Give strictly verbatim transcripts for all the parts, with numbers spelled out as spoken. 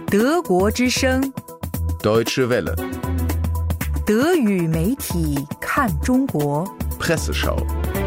德国之声 Deutsche Welle 德语媒体看中国 Presseschau。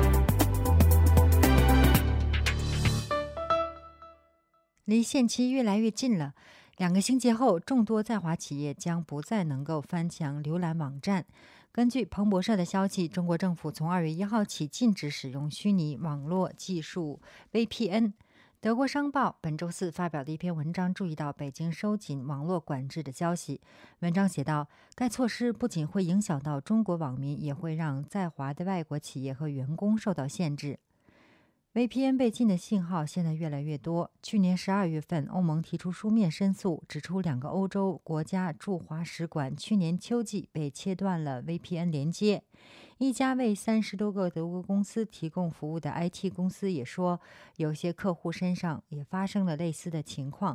离限期越来越近了，两个星期后，众多在华企业将不再能够翻墙浏览网站。根据彭博社的消息，中国政府从二月一号起禁止使用虚拟网络技术 V P N。德国商报本周四发表的一篇文章注意到北京收紧网络管制的消息。文章写道，该措施不仅会影响到中国网民，也会让在华的外国企业和员工受到限制。V P N 被禁的信号现在越来越多。去年十二月份，欧盟提出书面申诉，指出两个欧洲国家驻华使馆去年秋季被切断了 V P N 连接。一家为三十多个德国公司提供服务的 I T 公司也说，有些客户身上也发生了类似的情况。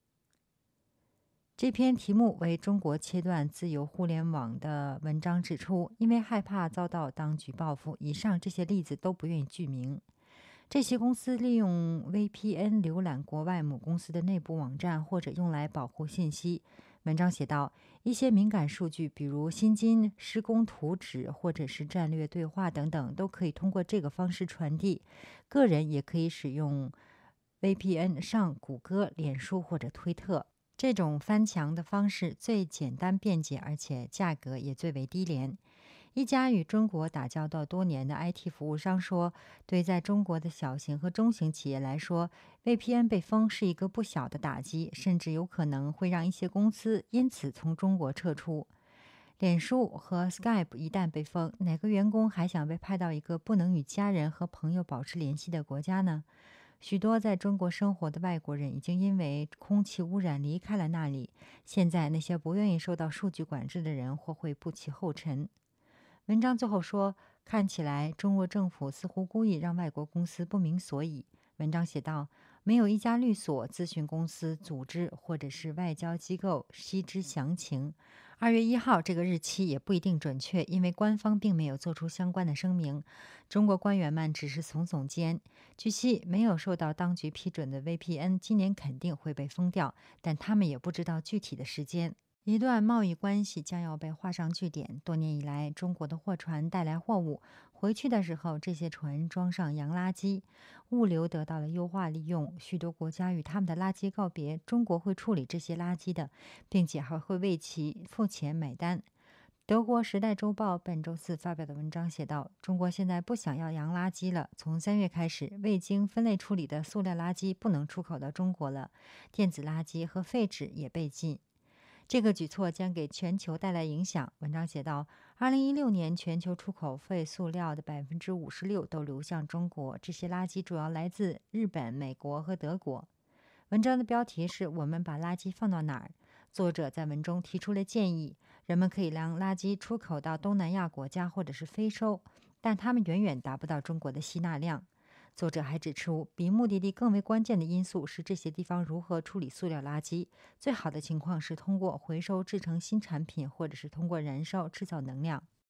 这篇题目为中国切断自由互联网的文章指出，因为害怕遭到当局报复，以上这些例子都不愿意具名。这些公司利用 V P N 浏览国外母公司的内部网站，或者用来保护信息。文章写道，一些敏感数据，比如薪金、施工图纸或者是战略对话等等，都可以通过这个方式传递。个人也可以使用 V P N 上谷歌、脸书或者推特。这种翻墙的方式最简单便捷，而且价格也最为低廉。一家与中国打交道多年的 I T 服务商说，对在中国的小型和中型企业来说， V P N 被封是一个不小的打击，甚至有可能会让一些公司因此从中国撤出。脸书和 Skype 一旦被封，哪个员工还想被派到一个不能与家人和朋友保持联系的国家呢？许多在中国生活的外国人已经因为空气污染离开了那里，现在那些不愿意受到数据管制的人或会步其后尘。文章最后说，看起来中国政府似乎故意让外国公司不明所以。文章写道，没有一家律所、咨询公司、组织或者是外交机构悉知详情。二月一号这个日期也不一定准确，因为官方并没有做出相关的声明。中国官员们只是耸耸肩。据悉，没有受到当局批准的 V P N 今年肯定会被封掉，但他们也不知道具体的时间。一段贸易关系将要被画上句点。多年以来，中国的货船带来货物，回去的时候，这些船装上洋垃圾，物流得到了优化利用。许多国家与他们的垃圾告别，中国会处理这些垃圾的，并且还会为其付钱买单。德国《时代周报》本周四发表的文章写道，中国现在不想要洋垃圾了。从三月开始，未经分类处理的塑料垃圾不能出口到中国了，电子垃圾和废纸也被禁。这个举措将给全球带来影响。文章写道，二零一六年全球出口废塑料的 百分之五十六 都流向中国，这些垃圾主要来自日本、美国和德国。文章的标题是我们把垃圾放到哪儿？作者在文中提出了建议，人们可以让垃圾出口到东南亚国家或者是非洲，但他们远远达不到中国的吸纳量。作者还指出，比目的地更为关键的因素是这些地方如何处理塑料垃圾。最好的情况是通过回收制成新产品，或者是通过燃烧制造能量。